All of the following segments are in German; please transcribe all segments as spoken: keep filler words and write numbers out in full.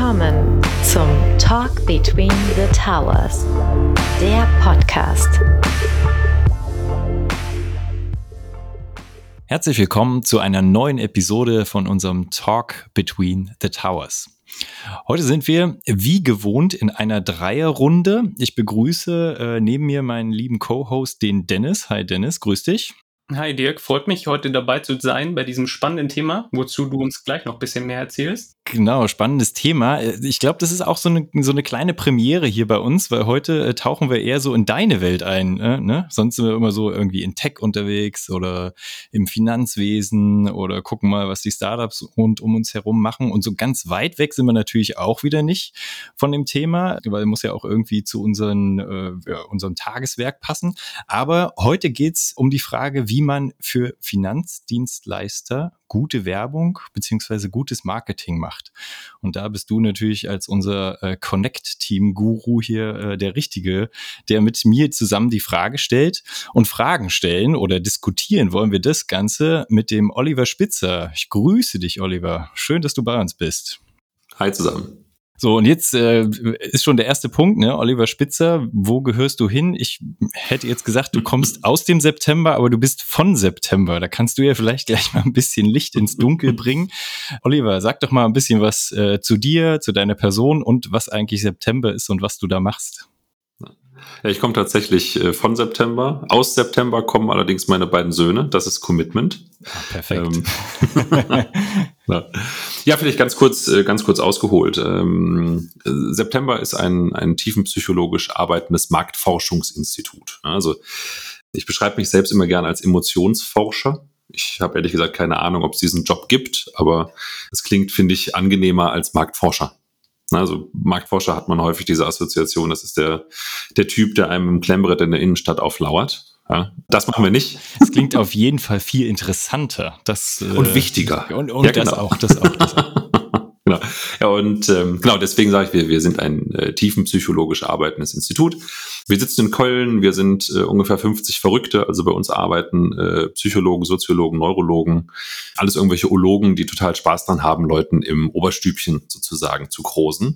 Willkommen zum Talk Between the Towers, der Podcast. Herzlich willkommen zu einer neuen Episode von unserem Talk Between the Towers. Heute sind wir, wie gewohnt, in einer Dreierrunde. Ich begrüße äh, neben mir meinen lieben Co-Host, den Dennis. Hi Dennis, grüß dich. Hi Dirk, freut mich, heute dabei zu sein bei diesem spannenden Thema, wozu du uns gleich noch ein bisschen mehr erzählst. Genau, spannendes Thema. Ich glaube, das ist auch so eine, so eine kleine Premiere hier bei uns, weil heute äh, tauchen wir eher so in deine Welt ein. Äh, ne? Sonst sind wir immer so irgendwie in Tech unterwegs oder im Finanzwesen oder gucken mal, was die Startups rund um uns herum machen. Und so ganz weit weg sind wir natürlich auch wieder nicht von dem Thema, weil muss ja auch irgendwie zu unseren, äh, ja, unserem Tageswerk passen. Aber heute geht's um die Frage, wie man für Finanzdienstleister gute Werbung beziehungsweise gutes Marketing macht. Und da bist du natürlich als unser äh, Connect-Team-Guru hier äh, der Richtige, der mit mir zusammen die Frage stellt. Und Fragen stellen oder diskutieren wollen wir das Ganze mit dem Oliver Spitzer. Ich grüße dich, Oliver. Schön, dass du bei uns bist. Hi zusammen. So, und jetzt äh, ist schon der erste Punkt, ne? Oliver Spitzer, wo gehörst du hin? Ich hätte jetzt gesagt, du kommst aus dem September, aber du bist von September. Da kannst du ja vielleicht gleich mal ein bisschen Licht ins Dunkel bringen. Oliver, sag doch mal ein bisschen was äh, zu dir, zu deiner Person und was eigentlich September ist und was du da machst. Ja, ich komme tatsächlich äh, von September. Aus September kommen allerdings meine beiden Söhne. Das ist Commitment. Ah, perfekt. Ähm, ja. ja, vielleicht ganz kurz, äh, ganz kurz ausgeholt. Ähm, September ist ein, ein tiefenpsychologisch arbeitendes Marktforschungsinstitut. Also ich beschreibe mich selbst immer gerne als Emotionsforscher. Ich habe ehrlich gesagt keine Ahnung, ob es diesen Job gibt, aber es klingt, finde ich, angenehmer als Marktforscher. Also Marktforscher hat man häufig diese Assoziation, das ist der, der Typ, der einem im Klemmbrett in der Innenstadt auflauert. Ja, das machen wir nicht. Es klingt auf jeden Fall viel interessanter. Das, und äh, wichtiger. Und, und ja, das genau. auch, das auch, das auch. Genau. Ja, und ähm, genau, deswegen sage ich, wir, wir sind ein äh, tiefenpsychologisch arbeitendes Institut. Wir sitzen in Köln, wir sind äh, ungefähr fünfzig Verrückte, also bei uns arbeiten äh, Psychologen, Soziologen, Neurologen, alles irgendwelche Ologen, die total Spaß dran haben, Leuten im Oberstübchen sozusagen zu grosen.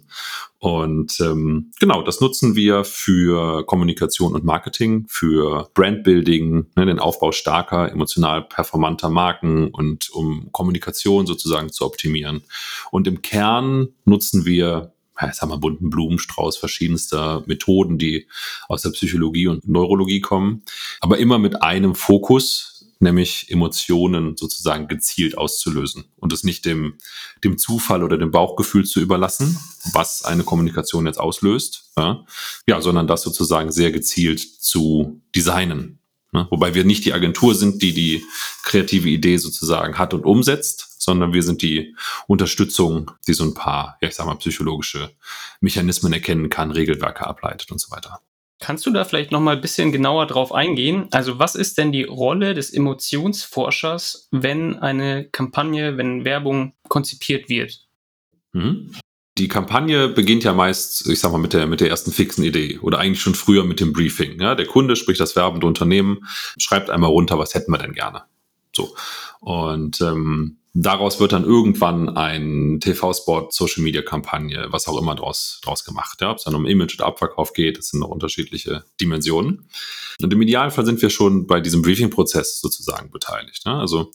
Und ähm, genau, das nutzen wir für Kommunikation und Marketing, für Brandbuilding, ne, den Aufbau starker, emotional performanter Marken und um Kommunikation sozusagen zu optimieren. Und im Kern nutzen wir, jetzt haben wir einen bunten Blumenstrauß verschiedenster Methoden, die aus der Psychologie und Neurologie kommen, aber immer mit einem Fokus, nämlich Emotionen sozusagen gezielt auszulösen und es nicht dem, dem Zufall oder dem Bauchgefühl zu überlassen, was eine Kommunikation jetzt auslöst, ja, ja sondern das sozusagen sehr gezielt zu designen. Ne? Wobei wir nicht die Agentur sind, die die kreative Idee sozusagen hat und umsetzt, sondern wir sind die Unterstützung, die so ein paar, ja, ich sag mal, psychologische Mechanismen erkennen kann, Regelwerke ableitet und so weiter. Kannst du da vielleicht noch mal ein bisschen genauer drauf eingehen? Also was ist denn die Rolle des Emotionsforschers, wenn eine Kampagne, wenn Werbung konzipiert wird? Mhm. Die Kampagne beginnt ja meist, ich sag mal, mit der, mit der ersten fixen Idee oder eigentlich schon früher mit dem Briefing. Ja? Der Kunde, sprich das werbende Unternehmen, schreibt einmal runter, was hätten wir denn gerne. So. Und ähm, daraus wird dann irgendwann ein T V-Spot, Social-Media-Kampagne, was auch immer draus, draus gemacht. Ja? Ob es dann um Image oder Abverkauf geht, das sind noch unterschiedliche Dimensionen. Und im Idealfall sind wir schon bei diesem Briefing-Prozess sozusagen beteiligt. Ne? Also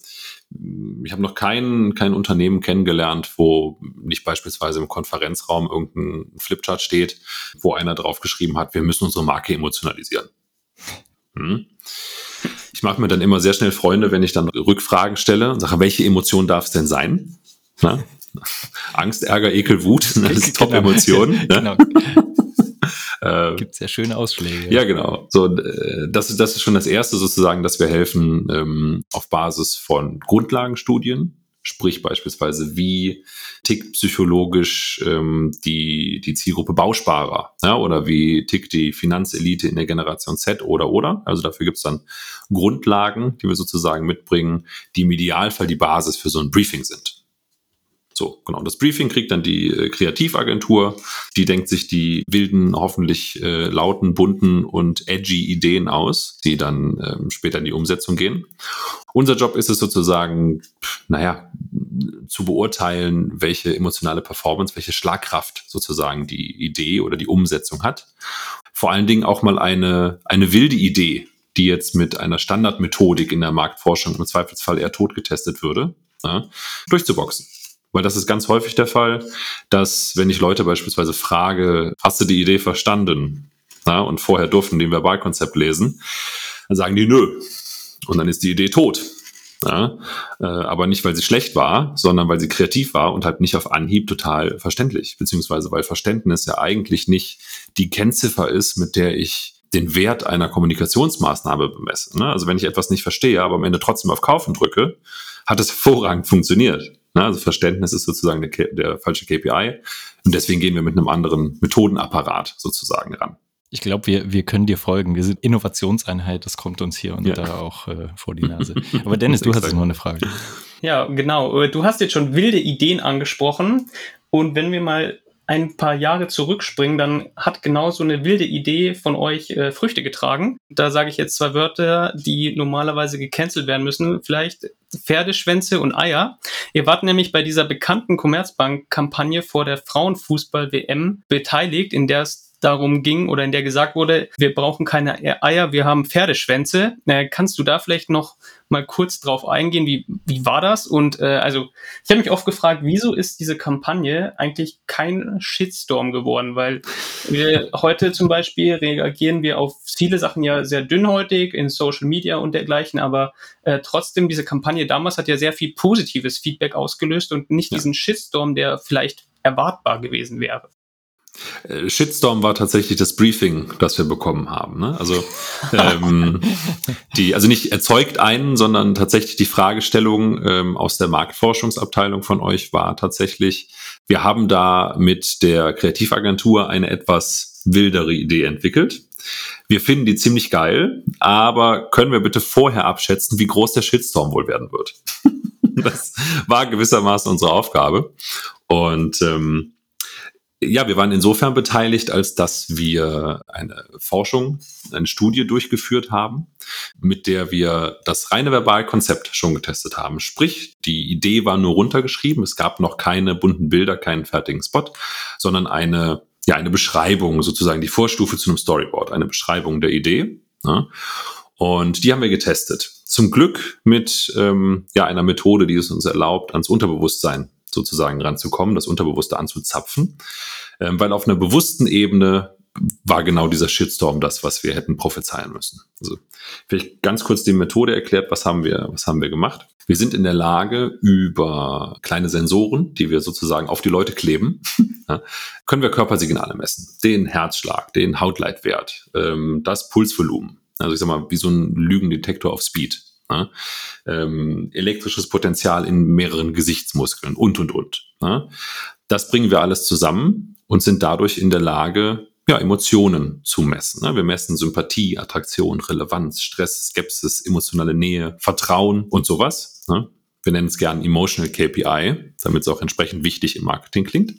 ich habe noch kein, kein Unternehmen kennengelernt, wo nicht beispielsweise im Konferenzraum irgendein Flipchart steht, wo einer drauf geschrieben hat, wir müssen unsere Marke emotionalisieren. Hm? Ich mache mir dann immer sehr schnell Freunde, wenn ich dann Rückfragen stelle und sage, welche Emotion darf es denn sein? Na? Angst, Ärger, Ekel, Wut, das ist Top-Emotionen. Genau. Gibt es ja schöne Ausschläge. Ja, genau. So, das, das ist schon das Erste sozusagen, dass wir helfen ähm, auf Basis von Grundlagenstudien, sprich beispielsweise, wie tickt psychologisch ähm, die, die Zielgruppe Bausparer, ja, oder wie tickt die Finanzelite in der Generation Z oder oder. Also dafür gibt es dann Grundlagen, die wir sozusagen mitbringen, die im Idealfall die Basis für so ein Briefing sind. So, genau. Das Briefing kriegt dann die äh, Kreativagentur, die denkt sich die wilden, hoffentlich äh, lauten, bunten und edgy Ideen aus, die dann ähm, später in die Umsetzung gehen. Unser Job ist es sozusagen, naja, zu beurteilen, welche emotionale Performance, welche Schlagkraft sozusagen die Idee oder die Umsetzung hat. Vor allen Dingen auch mal eine, eine wilde Idee, die jetzt mit einer Standardmethodik in der Marktforschung im Zweifelsfall eher tot getestet würde, ja, durchzuboxen. Weil das ist ganz häufig der Fall, dass wenn ich Leute beispielsweise frage, hast du die Idee verstanden? Ja, und vorher durften die ein Verbalkonzept lesen, dann sagen die nö. Und dann ist die Idee tot. Ja, äh, aber nicht, weil sie schlecht war, sondern weil sie kreativ war und halt nicht auf Anhieb total verständlich. Beziehungsweise weil Verständnis ja eigentlich nicht die Kennziffer ist, mit der ich den Wert einer Kommunikationsmaßnahme bemesse. Ne? Also wenn ich etwas nicht verstehe, aber am Ende trotzdem auf Kaufen drücke, hat es hervorragend funktioniert. Ne? Also Verständnis ist sozusagen der, der falsche K P I und deswegen gehen wir mit einem anderen Methodenapparat sozusagen ran. Ich glaube, wir, wir können dir folgen. Wir sind Innovationseinheit, das kommt uns hier und ja. da auch äh, vor die Nase. Aber Dennis, du hast noch eine Frage. Ja, genau. Du hast jetzt schon wilde Ideen angesprochen und wenn wir mal ein paar Jahre zurückspringen, dann hat genau so eine wilde Idee von euch äh, Früchte getragen. Da sage ich jetzt zwei Wörter, die normalerweise gecancelt werden müssen. Vielleicht Pferdeschwänze und Eier. Ihr wart nämlich bei dieser bekannten Commerzbank-Kampagne vor der Frauenfußball-W M beteiligt, in der es darum ging oder in der gesagt wurde, wir brauchen keine Eier, wir haben Pferdeschwänze. Äh, kannst du da vielleicht noch mal kurz drauf eingehen, wie, wie war das? Und äh, also ich habe mich oft gefragt, wieso ist diese Kampagne eigentlich kein Shitstorm geworden? Weil wir heute zum Beispiel reagieren wir auf viele Sachen ja sehr dünnhäutig in Social Media und dergleichen, aber äh, trotzdem diese Kampagne damals hat ja sehr viel positives Feedback ausgelöst und nicht ja. diesen Shitstorm, der vielleicht erwartbar gewesen wäre. Shitstorm war tatsächlich das Briefing, das wir bekommen haben. Ne? Also, ähm, die, also nicht erzeugt einen, sondern tatsächlich die Fragestellung ähm, aus der Marktforschungsabteilung von euch war tatsächlich, wir haben da mit der Kreativagentur eine etwas wildere Idee entwickelt. Wir finden die ziemlich geil, aber können wir bitte vorher abschätzen, wie groß der Shitstorm wohl werden wird? Das war gewissermaßen unsere Aufgabe. Und ähm, ja, wir waren insofern beteiligt, als dass wir eine Forschung, eine Studie durchgeführt haben, mit der wir das reine Verbalkonzept schon getestet haben. Sprich, die Idee war nur runtergeschrieben, es gab noch keine bunten Bilder, keinen fertigen Spot, sondern eine, ja, eine Beschreibung, sozusagen die Vorstufe zu einem Storyboard, eine Beschreibung der Idee. Ja. Und die haben wir getestet. Zum Glück mit ähm, ja, einer Methode, die es uns erlaubt, ans Unterbewusstsein sozusagen ranzukommen, das Unterbewusste anzuzapfen, ähm, weil auf einer bewussten Ebene war genau dieser Shitstorm das, was wir hätten prophezeien müssen. Also vielleicht ganz kurz die Methode erklärt, was haben wir, was haben wir gemacht? Wir sind in der Lage, über kleine Sensoren, die wir sozusagen auf die Leute kleben, ja, können wir Körpersignale messen. Den Herzschlag, den Hautleitwert, ähm, das Pulsvolumen. Also ich sag mal, wie so ein Lügendetektor auf Speed. Ja, ähm, elektrisches Potenzial in mehreren Gesichtsmuskeln und, und, und. Ja. Das bringen wir alles zusammen und sind dadurch in der Lage, ja, Emotionen zu messen. Ja. Wir messen Sympathie, Attraktion, Relevanz, Stress, Skepsis, emotionale Nähe, Vertrauen und sowas. Ja. Wir nennen es gern Emotional K P I, damit es auch entsprechend wichtig im Marketing klingt.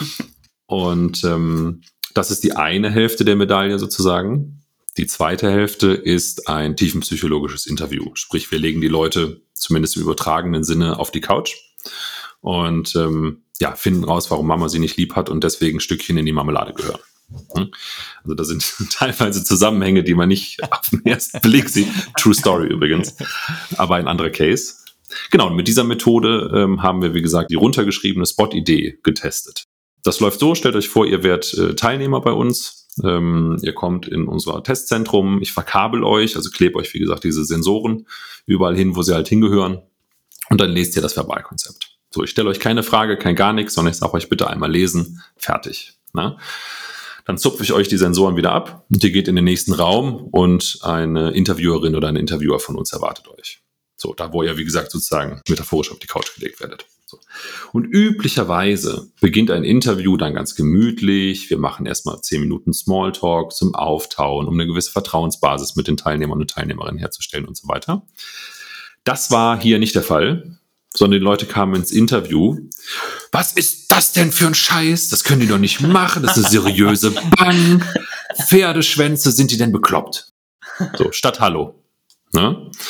Und ähm, das ist die eine Hälfte der Medaille sozusagen. Die zweite Hälfte ist ein tiefenpsychologisches Interview. Sprich, wir legen die Leute zumindest im übertragenen Sinne auf die Couch und ähm, ja, finden raus, warum Mama sie nicht lieb hat und deswegen ein Stückchen in die Marmelade gehören. Also da sind teilweise Zusammenhänge, die man nicht auf den ersten Blick sieht. True Story übrigens, aber ein anderer Case. Genau, und mit dieser Methode ähm, haben wir, wie gesagt, die runtergeschriebene Spot-Idee getestet. Das läuft so, stellt euch vor, ihr werdet äh, Teilnehmer bei uns. Ähm, ihr kommt in unser Testzentrum, ich verkabel euch, also klebe euch, wie gesagt, diese Sensoren überall hin, wo sie halt hingehören und dann lest ihr das Verbalkonzept. So, ich stelle euch keine Frage, kein gar nichts, sondern ich sage euch bitte einmal lesen, fertig. Na? Dann zupfe ich euch die Sensoren wieder ab und ihr geht in den nächsten Raum und eine Interviewerin oder ein Interviewer von uns erwartet euch. So, da wo ihr, wie gesagt, sozusagen metaphorisch auf die Couch gelegt werdet. So. Und üblicherweise beginnt ein Interview dann ganz gemütlich. Wir machen erstmal zehn Minuten Smalltalk zum Auftauen, um eine gewisse Vertrauensbasis mit den Teilnehmern und Teilnehmerinnen herzustellen und so weiter. Das war hier nicht der Fall, sondern die Leute kamen ins Interview. Was ist das denn für ein Scheiß? Das können die doch nicht machen. Das ist eine seriöse Bank. Pferdeschwänze, sind die denn bekloppt? So, statt Hallo. Ne?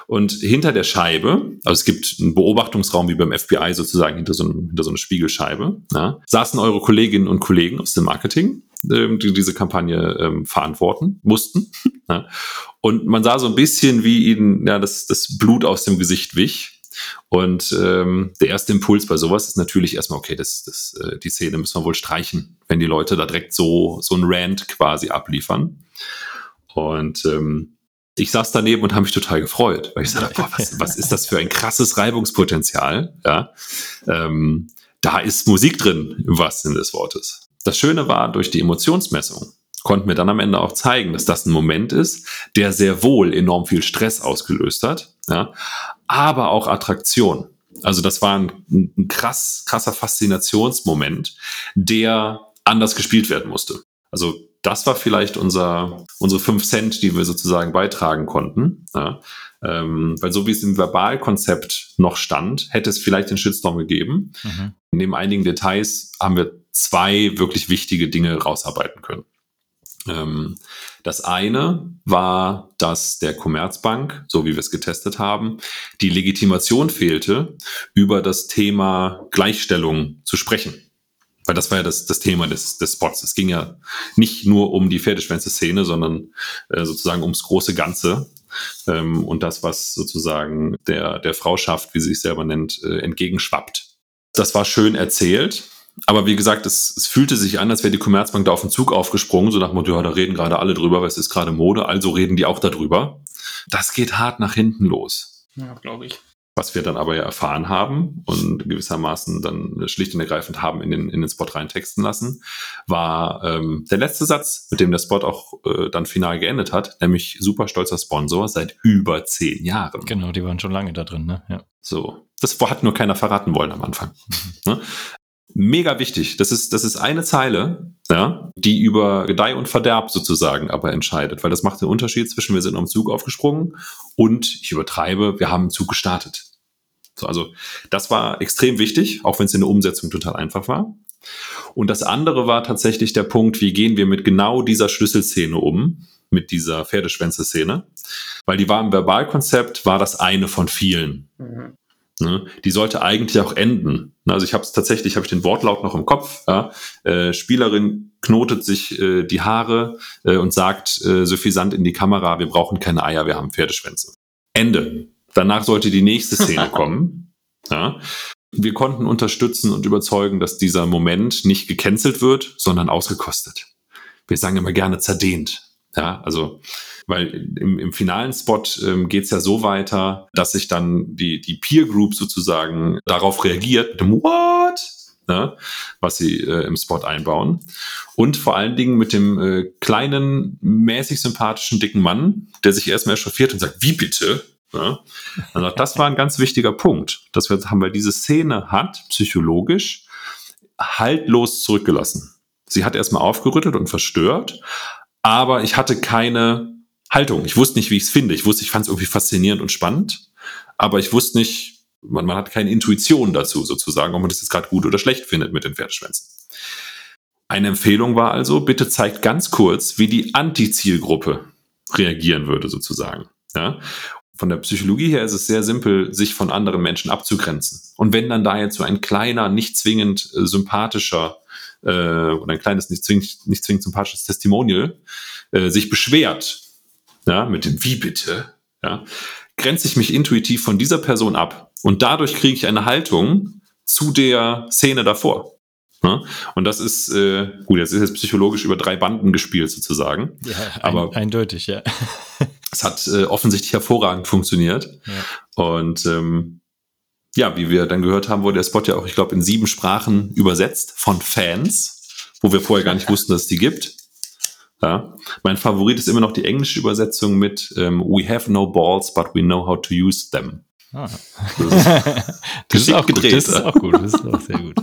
Und hinter der Scheibe, also es gibt einen Beobachtungsraum wie beim F B I sozusagen hinter so, einem, hinter so einer Spiegelscheibe, ja, saßen eure Kolleginnen und Kollegen aus dem Marketing, ähm, die diese Kampagne ähm, verantworten mussten. Ja. Und man sah so ein bisschen, wie ihnen ja, das, das Blut aus dem Gesicht wich. Und ähm, der erste Impuls bei sowas ist natürlich erstmal, okay, das, das, äh, die Szene müssen wir wohl streichen, wenn die Leute da direkt so, so ein Rant quasi abliefern. Und ähm, ich saß daneben und habe mich total gefreut, weil ich sagte, boah, was, was ist das für ein krasses Reibungspotenzial? Ja? Ähm, da ist Musik drin, im wahrsten Sinne des Wortes. Das Schöne war, durch die Emotionsmessung konnten wir dann am Ende auch zeigen, dass das ein Moment ist, der sehr wohl enorm viel Stress ausgelöst hat, ja, aber auch Attraktion. Also das war ein, ein krass, krasser Faszinationsmoment, der anders gespielt werden musste. Also das war vielleicht unser, unsere fünf Cent, die wir sozusagen beitragen konnten. Ja, ähm, weil so wie es im Verbalkonzept noch stand, hätte es vielleicht den Shitstorm gegeben. Mhm. Neben einigen Details haben wir zwei wirklich wichtige Dinge rausarbeiten können. Das eine war, dass der Commerzbank, so wie wir es getestet haben, die Legitimation fehlte, über das Thema Gleichstellung zu sprechen. Weil das war ja das, das Thema des, des Spots. Es ging ja nicht nur um die Pferdeschwänze-Szene, sondern äh, sozusagen ums große Ganze ähm, und das, was sozusagen der, der Frauschaft, wie sie sich selber nennt, äh, entgegenschwappt. Das war schön erzählt. Aber wie gesagt, es, es fühlte sich an, als wäre die Commerzbank da auf den Zug aufgesprungen, so nach dem Motto, ja, da reden gerade alle drüber, weil es ist gerade Mode, also reden die auch darüber. Das geht hart nach hinten los. Ja, glaube ich. Was wir dann aber ja erfahren haben und gewissermaßen dann schlicht und ergreifend haben in den, in den Spot reintexten lassen, war ähm, der letzte Satz, mit dem der Spot auch äh, dann final geendet hat, nämlich super stolzer Sponsor seit über zehn Jahren. Genau, die waren schon lange da drin, ne? Ja. So, das hat nur keiner verraten wollen am Anfang. Mhm. Ne? Mega wichtig. Das ist, das ist eine Zeile, ja, die über Gedeih und Verderb sozusagen aber entscheidet, weil das macht den Unterschied zwischen wir sind am Zug aufgesprungen und, ich übertreibe, wir haben einen Zug gestartet. So, also das war extrem wichtig, auch wenn es in der Umsetzung total einfach war. Und das andere war tatsächlich der Punkt, wie gehen wir mit genau dieser Schlüsselszene um, mit dieser Pferdeschwänze-Szene, weil die war im Verbalkonzept, war das eine von vielen. Mhm. Ne, die sollte eigentlich auch enden. Also ich habe es tatsächlich, habe ich den Wortlaut noch im Kopf. Ja, äh, Spielerin knotet sich äh, die Haare äh, und sagt äh, suffisant in die Kamera, wir brauchen keine Eier, wir haben Pferdeschwänze. Ende. Danach sollte die nächste Szene kommen. Ja. Wir konnten unterstützen und überzeugen, dass dieser Moment nicht gecancelt wird, sondern ausgekostet. Wir sagen immer gerne zerdehnt. Ja, also, weil im, im finalen Spot ähm, geht es ja so weiter, dass sich dann die, die Peer Group sozusagen darauf reagiert, mit dem What? Ja, was sie äh, im Spot einbauen. Und vor allen Dingen mit dem äh, kleinen, mäßig sympathischen, dicken Mann, der sich erstmal echauffiert und sagt, wie bitte? Ja, also das war ein ganz wichtiger Punkt, dass wir haben, weil diese Szene hat psychologisch haltlos zurückgelassen. Sie hat erstmal aufgerüttelt und verstört, aber ich hatte keine Haltung. Ich wusste nicht, wie ich es finde. Ich wusste, ich fand es irgendwie faszinierend und spannend, aber ich wusste nicht, man, man hat keine Intuition dazu sozusagen, ob man das jetzt gerade gut oder schlecht findet mit den Pferdeschwänzen. Eine Empfehlung war also, bitte zeigt ganz kurz, wie die Anti-Zielgruppe reagieren würde sozusagen. Ja? Von der Psychologie her ist es sehr simpel, sich von anderen Menschen abzugrenzen. Und wenn dann da jetzt so ein kleiner, nicht zwingend äh, sympathischer äh, oder ein kleines, nicht zwingend, nicht zwingend sympathisches Testimonial äh, sich beschwert, ja, mit dem Wie bitte, ja, grenze ich mich intuitiv von dieser Person ab. Und dadurch kriege ich eine Haltung zu der Szene davor. Ja? Und das ist, äh, gut, jetzt ist jetzt psychologisch über drei Banden gespielt sozusagen. Ja, ein, aber eindeutig, ja. Es hat äh, offensichtlich hervorragend funktioniert. Ja. Und ähm, ja, wie wir dann gehört haben, wurde der Spot ja auch, ich glaube, in sieben Sprachen übersetzt von Fans, wo wir vorher gar nicht wussten, dass es die gibt. Ja. Mein Favorit ist immer noch die englische Übersetzung mit ähm, We have no balls, but we know how to use them. Ah. Das, das ist auch gedreht. Gut. Das ist auch gut. Das ist auch sehr gut.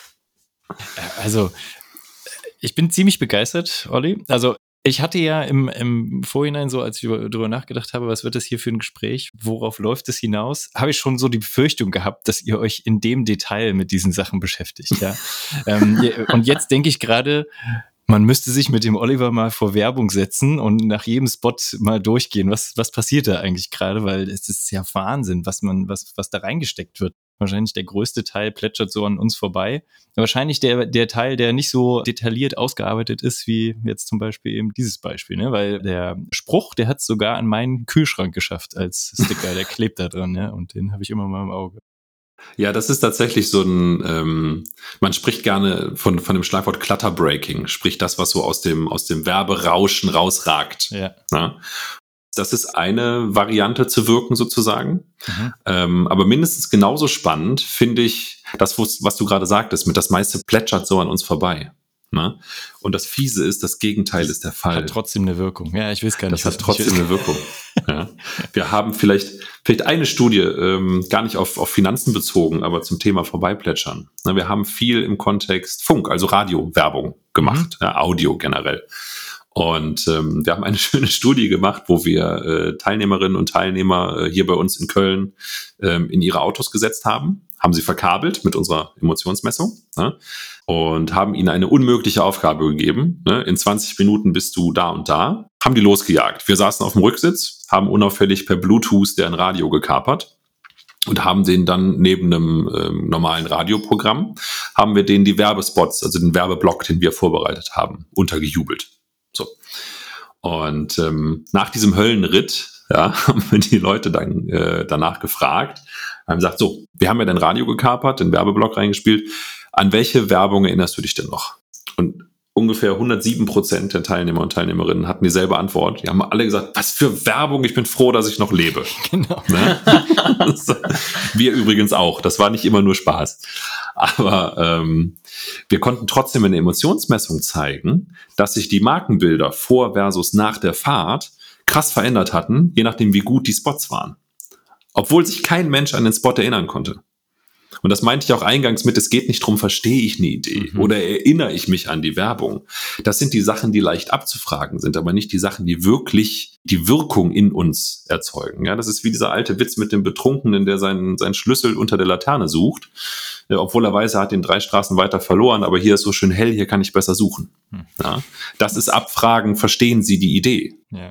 Also, ich bin ziemlich begeistert, Olli. Also, ich hatte ja im, im Vorhinein so, als ich darüber nachgedacht habe, was wird das hier für ein Gespräch, worauf läuft es hinaus, habe ich schon so die Befürchtung gehabt, dass ihr euch in dem Detail mit diesen Sachen beschäftigt. Ja? ähm, und jetzt denke ich gerade, Man müsste sich mit dem Oliver mal vor Werbung setzen und nach jedem Spot mal durchgehen. Was, was passiert da eigentlich gerade? Weil es ist ja Wahnsinn, was man, was, was da reingesteckt wird. Wahrscheinlich der größte Teil plätschert so an uns vorbei. Wahrscheinlich der, der Teil, der nicht so detailliert ausgearbeitet ist, wie jetzt zum Beispiel eben dieses Beispiel, ne? Weil der Spruch, der hat es sogar an meinen Kühlschrank geschafft als Sticker, der klebt da dran, ja? Und den habe ich immer mal im Auge. Ja, das ist tatsächlich so ein, ähm, man spricht gerne von, von dem Schlagwort Clutterbreaking, sprich das, was so aus dem, aus dem Werberauschen rausragt. Ja. Ja? Das ist eine Variante zu wirken sozusagen. Mhm. Ähm, aber mindestens genauso spannend finde ich das, was du gerade sagtest, mit das meiste plätschert so an uns vorbei. Ne? Und das Fiese ist, das Gegenteil ist der Fall. Hat trotzdem eine Wirkung. Ja, ich weiß gar nicht. Das hat trotzdem eine Wirkung. Ja. Wir haben vielleicht, vielleicht eine Studie, ähm, gar nicht auf, auf Finanzen bezogen, aber zum Thema Vorbeiplätschern. Ne, wir haben viel im Kontext Funk, also Radio-Werbung gemacht, mhm. ja, Audio generell. Und ähm, wir haben eine schöne Studie gemacht, wo wir äh, Teilnehmerinnen und Teilnehmer äh, hier bei uns in Köln ähm, in ihre Autos gesetzt haben, haben sie verkabelt mit unserer Emotionsmessung, ne, und haben ihnen eine unmögliche Aufgabe gegeben. Ne, in zwanzig Minuten bist du da und da, haben die losgejagt. Wir saßen auf dem Rücksitz, haben unauffällig per Bluetooth deren Radio gekapert und haben denen dann neben einem ähm, normalen Radioprogramm, haben wir denen die Werbespots, also den Werbeblock, den wir vorbereitet haben, untergejubelt. So. Und ähm, nach diesem Höllenritt, ja, haben wir die Leute dann äh, danach gefragt, haben gesagt, so, wir haben ja dein Radio gekapert, den Werbeblock reingespielt, an welche Werbung erinnerst du dich denn noch? Und ungefähr hundertsieben Prozent der Teilnehmer und Teilnehmerinnen hatten dieselbe Antwort. Die haben alle gesagt, was für Werbung, ich bin froh, dass ich noch lebe. Genau. Ne? Wir übrigens auch, das war nicht immer nur Spaß. Aber ähm, wir konnten trotzdem in der Emotionsmessung zeigen, dass sich die Markenbilder vor versus nach der Fahrt krass verändert hatten, je nachdem, wie gut die Spots waren. Obwohl sich kein Mensch an den Spot erinnern konnte. Und das meinte ich auch eingangs mit, es geht nicht darum, verstehe ich eine Idee mhm. oder erinnere ich mich an die Werbung. Das sind die Sachen, die leicht abzufragen sind, aber nicht die Sachen, die wirklich die Wirkung in uns erzeugen. Ja, das ist wie dieser alte Witz mit dem Betrunkenen, der seinen, seinen Schlüssel unter der Laterne sucht, ja, obwohl er weiß, er hat den drei Straßen weiter verloren, aber hier ist so schön hell, hier kann ich besser suchen. Mhm. Ja, das ist Abfragen, verstehen Sie die Idee? Ja.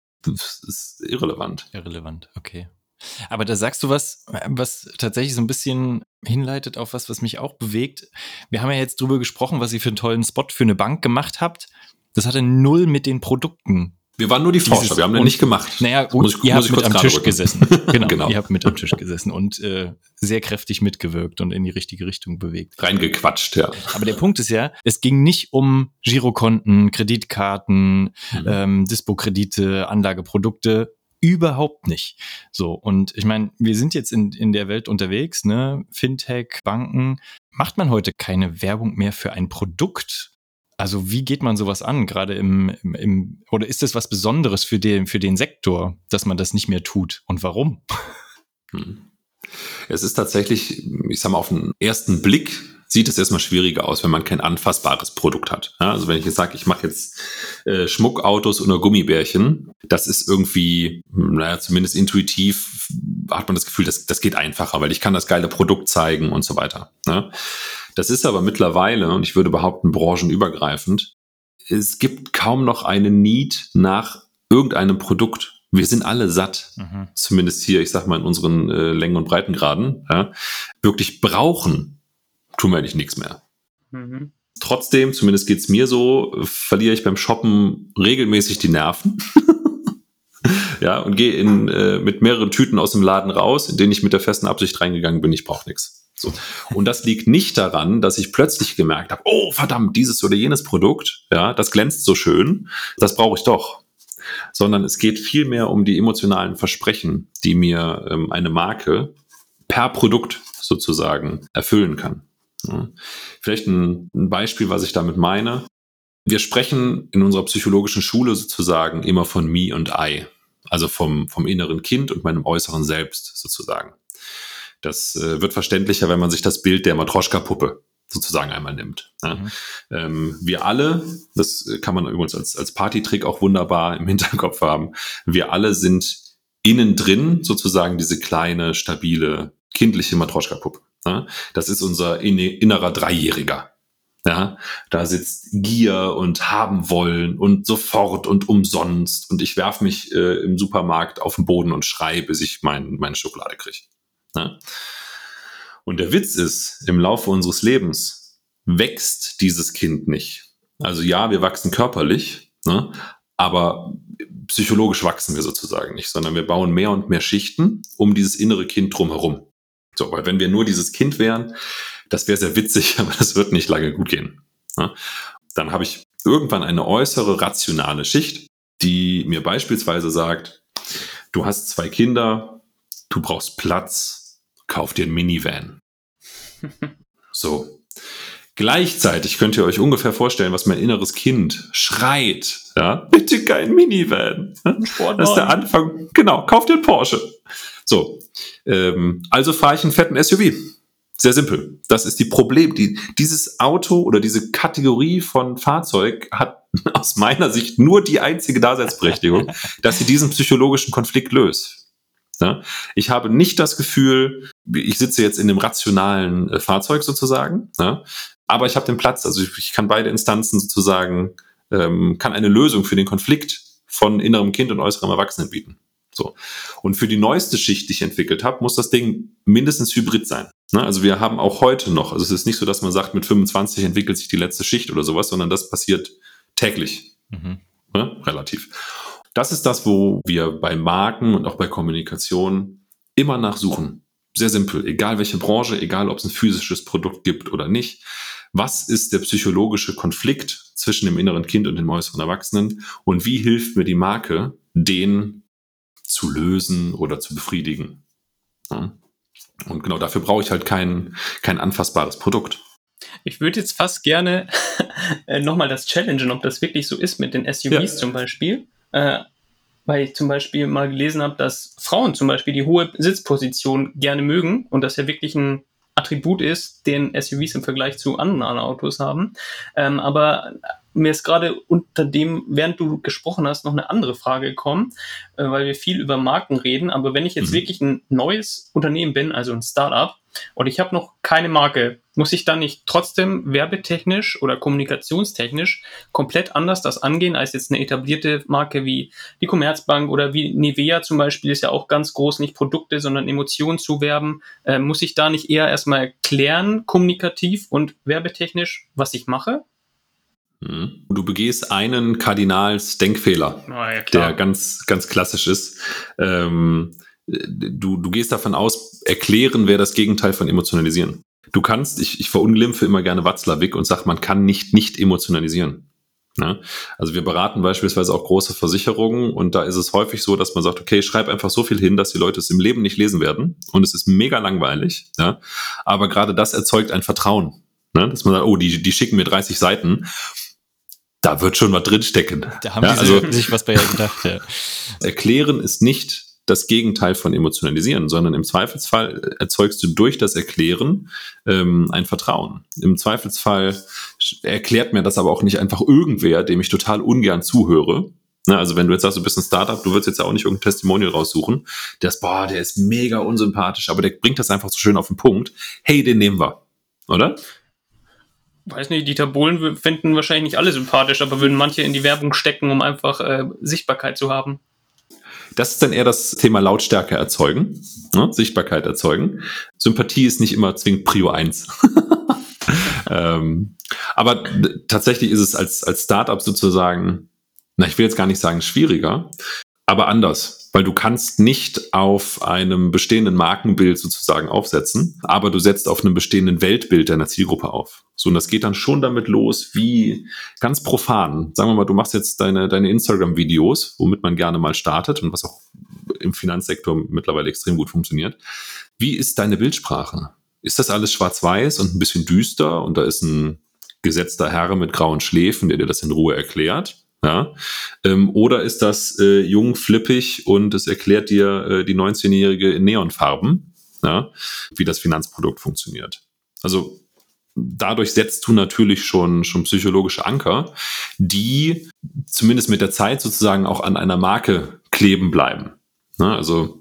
Das ist irrelevant. Irrelevant, okay. Aber da sagst du was, was tatsächlich so ein bisschen hinleitet auf was, was mich auch bewegt. Wir haben ja jetzt drüber gesprochen, was ihr für einen tollen Spot für eine Bank gemacht habt. Das hatte null mit den Produkten. Wir waren nur die Forscher, Dieses, wir haben den nicht gemacht. Naja, muss ich, ihr muss habt ich mit am Tisch rücken. gesessen. Genau, genau, ihr habt mit am Tisch gesessen und äh, sehr kräftig mitgewirkt und in die richtige Richtung bewegt. Reingequatscht, ja. Aber der Punkt ist ja, es ging nicht um Girokonten, Kreditkarten, mhm. ähm, Dispo-Kredite, Anlageprodukte. Überhaupt nicht. So, und ich meine, wir sind jetzt in, in der Welt unterwegs, ne? Fintech, Banken. Macht man heute keine Werbung mehr für ein Produkt? Also wie geht man sowas an, gerade im, im, im oder ist das was Besonderes für den, für den Sektor, dass man das nicht mehr tut? Und warum? Hm. Es ist tatsächlich, ich sag mal, auf den ersten Blick sieht es erstmal schwieriger aus, wenn man kein anfassbares Produkt hat. Ja, also wenn ich jetzt sage, ich mache jetzt äh, Schmuckautos oder Gummibärchen, das ist irgendwie, naja, zumindest intuitiv hat man das Gefühl, das, das geht einfacher, weil ich kann das geile Produkt zeigen und so weiter. Ja. Das ist aber mittlerweile, und ich würde behaupten, branchenübergreifend, es gibt kaum noch eine Need nach irgendeinem Produkt. Wir sind alle satt, mhm. zumindest hier, ich sag mal, in unseren äh, Längen- und Breitengraden. Ja. Wirklich brauchen tun wir eigentlich nichts mehr. Mhm. Trotzdem, zumindest geht es mir so, verliere ich beim Shoppen regelmäßig die Nerven. Ja, und gehe in, äh, mit mehreren Tüten aus dem Laden raus, in denen ich mit der festen Absicht reingegangen bin, ich brauche nichts. So. Und das liegt nicht daran, dass ich plötzlich gemerkt habe, oh verdammt, dieses oder jenes Produkt, ja, das glänzt so schön, das brauche ich doch. Sondern es geht vielmehr um die emotionalen Versprechen, die mir ähm, eine Marke per Produkt sozusagen erfüllen kann. Ja. Vielleicht ein, ein Beispiel, was ich damit meine. Wir sprechen in unserer psychologischen Schule sozusagen immer von Me und I, also vom, vom inneren Kind und meinem äußeren Selbst sozusagen. Das äh, wird verständlicher, wenn man sich das Bild der Matroschka-Puppe sozusagen einmal nimmt. Ja. Mhm. Ähm, wir alle, das kann man übrigens als, als Partytrick auch wunderbar im Hinterkopf haben, wir alle sind innen drin sozusagen diese kleine, stabile, kindliche Matroschka-Puppe. Ja. Das ist unser in, innerer Dreijähriger. Ja, da sitzt Gier und haben wollen und sofort und umsonst und ich werfe mich äh, im Supermarkt auf den Boden und schreie, bis ich mein, meine Schokolade kriege. Ja? Und der Witz ist, im Laufe unseres Lebens wächst dieses Kind nicht. Also ja, wir wachsen körperlich, ne? Aber psychologisch wachsen wir sozusagen nicht, sondern wir bauen mehr und mehr Schichten um dieses innere Kind drumherum. So, weil wenn wir nur dieses Kind wären, das wäre sehr witzig, aber das wird nicht lange gut gehen. Ja? Dann habe ich irgendwann eine äußere rationale Schicht, die mir beispielsweise sagt, du hast zwei Kinder, du brauchst Platz, kauf dir einen Minivan. So. Gleichzeitig könnt ihr euch ungefähr vorstellen, was mein inneres Kind schreit. Ja, bitte kein Minivan. Das ist der Anfang. Genau, kauf dir einen Porsche. So, ähm, also fahre ich einen fetten S U V. Sehr simpel. Das ist die Problem. Die, dieses Auto oder diese Kategorie von Fahrzeug hat aus meiner Sicht nur die einzige Daseinsberechtigung, dass sie diesen psychologischen Konflikt löst. Ja? Ich habe nicht das Gefühl, ich sitze jetzt in dem rationalen äh, Fahrzeug sozusagen, ja? Aber ich habe den Platz. Also ich, ich kann beide Instanzen sozusagen, ähm, kann eine Lösung für den Konflikt von innerem Kind und äußerem Erwachsenen bieten. So. Und für die neueste Schicht, die ich entwickelt habe, muss das Ding mindestens hybrid sein. Ne? Also wir haben auch heute noch, also es ist nicht so, dass man sagt, mit fünfundzwanzig entwickelt sich die letzte Schicht oder sowas, sondern das passiert täglich. Mhm. Ne? Relativ. Das ist das, wo wir bei Marken und auch bei Kommunikation immer nachsuchen. Sehr simpel. Egal welche Branche, egal ob es ein physisches Produkt gibt oder nicht. Was ist der psychologische Konflikt zwischen dem inneren Kind und dem äußeren Erwachsenen? Und wie hilft mir die Marke, den zu lösen oder zu befriedigen? Ja. Und genau dafür brauche ich halt kein, kein anfassbares Produkt. Ich würde jetzt fast gerne nochmal das challengen, ob das wirklich so ist mit den S U Vs ja. zum Beispiel. Äh, weil ich zum Beispiel mal gelesen habe, dass Frauen zum Beispiel die hohe Sitzposition gerne mögen und das ja wirklich ein Attribut ist, den S U Vs im Vergleich zu anderen Autos haben. Ähm, aber mir ist gerade unter dem, während du gesprochen hast, noch eine andere Frage gekommen, äh, weil wir viel über Marken reden. Aber wenn ich jetzt mhm. wirklich ein neues Unternehmen bin, also ein Startup, und ich habe noch keine Marke, muss ich dann nicht trotzdem werbetechnisch oder kommunikationstechnisch komplett anders das angehen, als jetzt eine etablierte Marke wie die Commerzbank oder wie Nivea zum Beispiel, ist ja auch ganz groß, nicht Produkte, sondern Emotionen zu werben. Äh, muss ich da nicht eher erstmal klären, kommunikativ und werbetechnisch, was ich mache? Du begehst einen Kardinals-Denkfehler, oh, ja, der ganz, ganz klassisch ist. Ähm, du, du gehst davon aus, erklären wäre das Gegenteil von emotionalisieren. Du kannst, ich, ich verunglimpfe immer gerne Watzlawick und sage, man kann nicht nicht emotionalisieren. Ne? Also wir beraten beispielsweise auch große Versicherungen und da ist es häufig so, dass man sagt, okay, schreib einfach so viel hin, dass die Leute es im Leben nicht lesen werden und es ist mega langweilig. Ja? Aber gerade das erzeugt ein Vertrauen. Ne? Dass man sagt, oh, die, die schicken mir dreißig Seiten. Da wird schon was drinstecken. Da haben ja, die also, sich was bei ihr gedacht. Ja. Erklären ist nicht das Gegenteil von emotionalisieren, sondern im Zweifelsfall erzeugst du durch das Erklären ähm, ein Vertrauen. Im Zweifelsfall erklärt mir das aber auch nicht einfach irgendwer, dem ich total ungern zuhöre. Na, also wenn du jetzt sagst, du bist ein Startup, du würdest jetzt ja auch nicht irgendein Testimonial raussuchen, der ist, boah, der ist mega unsympathisch, aber der bringt das einfach so schön auf den Punkt. Hey, den nehmen wir, oder? Weiß nicht, Dieter Bohlen finden wahrscheinlich nicht alle sympathisch, aber würden manche in die Werbung stecken, um einfach äh, Sichtbarkeit zu haben. Das ist dann eher das Thema Lautstärke erzeugen, ne? Sichtbarkeit erzeugen. Sympathie ist nicht immer zwingend Prio eins. ähm, aber d- tatsächlich ist es als, als Startup sozusagen, na, ich will jetzt gar nicht sagen schwieriger, aber anders, weil du kannst nicht auf einem bestehenden Markenbild sozusagen aufsetzen, aber du setzt auf einem bestehenden Weltbild deiner Zielgruppe auf. So, und das geht dann schon damit los, wie ganz profan. Sagen wir mal, du machst jetzt deine, deine Instagram-Videos, womit man gerne mal startet und was auch im Finanzsektor mittlerweile extrem gut funktioniert. Wie ist deine Bildsprache? Ist das alles schwarz-weiß und ein bisschen düster und da ist ein gesetzter Herr mit grauen Schläfen, der dir das in Ruhe erklärt? Ja, ähm, oder ist das äh, jung, flippig und es erklärt dir äh, die neunzehnjährige in Neonfarben, ja, wie das Finanzprodukt funktioniert. Also dadurch setzt du natürlich schon, schon psychologische Anker, die zumindest mit der Zeit sozusagen auch an einer Marke kleben bleiben. Ja, also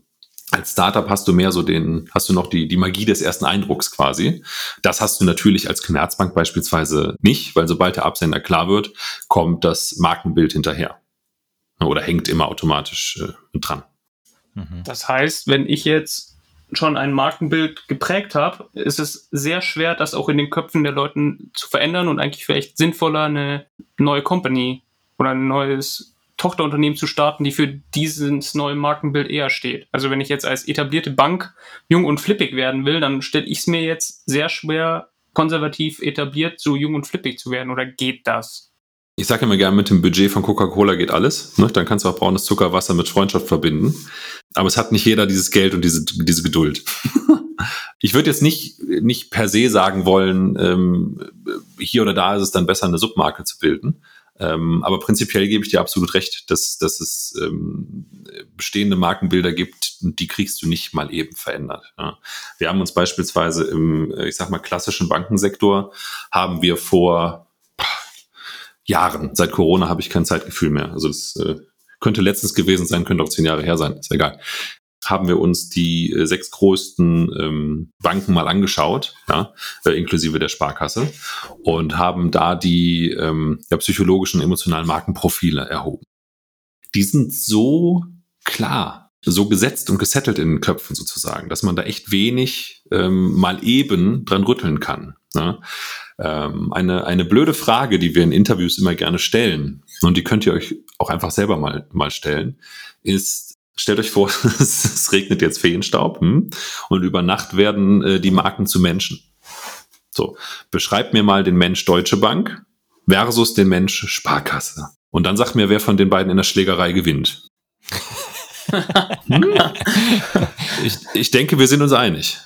Als Startup hast du mehr so den, hast du noch die, die Magie des ersten Eindrucks quasi. Das hast du natürlich als Commerzbank beispielsweise nicht, weil sobald der Absender klar wird, kommt das Markenbild hinterher. Oder hängt immer automatisch äh, dran. Mhm. Das heißt, wenn ich jetzt schon ein Markenbild geprägt habe, ist es sehr schwer, das auch in den Köpfen der Leuten zu verändern und eigentlich vielleicht sinnvoller, eine neue Company oder ein neues Tochterunternehmen zu starten, die für dieses neue Markenbild eher steht. Also wenn ich jetzt als etablierte Bank jung und flippig werden will, dann stelle ich es mir jetzt sehr schwer, konservativ etabliert so jung und flippig zu werden. Oder geht das? Ich sage immer gerne, mit dem Budget von Coca-Cola geht alles. Ne? Dann kannst du auch braunes Zuckerwasser mit Freundschaft verbinden. Aber es hat nicht jeder dieses Geld und diese, diese Geduld. Ich würde jetzt nicht, nicht per se sagen wollen, ähm, hier oder da ist es dann besser, eine Submarke zu bilden. Ähm, aber prinzipiell gebe ich dir absolut recht, dass, dass es ähm, bestehende Markenbilder gibt, die kriegst du nicht mal eben verändert. Ja. Wir haben uns beispielsweise im, ich sag mal, klassischen Bankensektor, haben wir vor Jahren, seit Corona habe ich kein Zeitgefühl mehr, also das äh, könnte letztens gewesen sein, könnte auch zehn Jahre her sein, ist egal, haben wir uns die äh, sechs größten ähm, Banken mal angeschaut, ja, äh, inklusive der Sparkasse, und haben da die ähm, ja, psychologischen, emotionalen Markenprofile erhoben. Die sind so klar, so gesetzt und gesettelt in den Köpfen sozusagen, dass man da echt wenig ähm, mal eben dran rütteln kann. Ne? Ähm, eine, eine blöde Frage, die wir in Interviews immer gerne stellen, und die könnt ihr euch auch einfach selber mal, mal stellen, ist: Stellt euch vor, es regnet jetzt Feenstaub hm, und über Nacht werden äh, die Marken zu Menschen. So, beschreibt mir mal den Mensch Deutsche Bank versus den Mensch Sparkasse. Und dann sagt mir, wer von den beiden in der Schlägerei gewinnt. hm? ich, ich denke, wir sind uns einig.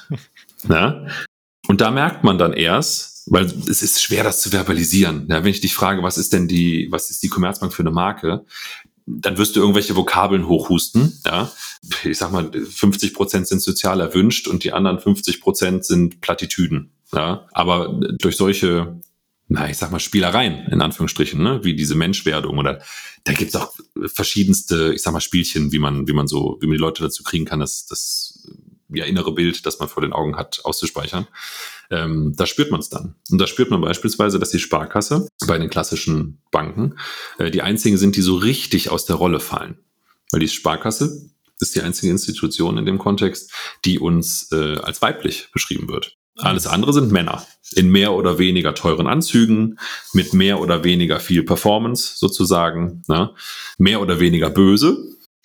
Ja? Und da merkt man dann erst, weil es ist schwer, das zu verbalisieren. Ja, wenn ich dich frage, was ist denn die, was ist die Commerzbank für eine Marke? Dann wirst du irgendwelche Vokabeln hochhusten, ja. Ich sag mal, fünfzig Prozent sind sozial erwünscht und die anderen fünfzig Prozent sind Plattitüden, ja. Aber durch solche, na, ich sag mal, Spielereien, in Anführungsstrichen, ne, wie diese Menschwerdung oder, da gibt's auch verschiedenste, ich sag mal, Spielchen, wie man, wie man so, wie man die Leute dazu kriegen kann, das, das, ja, innere Bild, das man vor den Augen hat, auszuspeichern. Ähm, da spürt man es dann. Und da spürt man beispielsweise, dass die Sparkasse bei den klassischen Banken äh, die einzigen sind, die so richtig aus der Rolle fallen. Weil die Sparkasse ist die einzige Institution in dem Kontext, die uns äh, als weiblich beschrieben wird. Alles andere sind Männer in mehr oder weniger teuren Anzügen, mit mehr oder weniger viel Performance sozusagen, ne? Mehr oder weniger böse.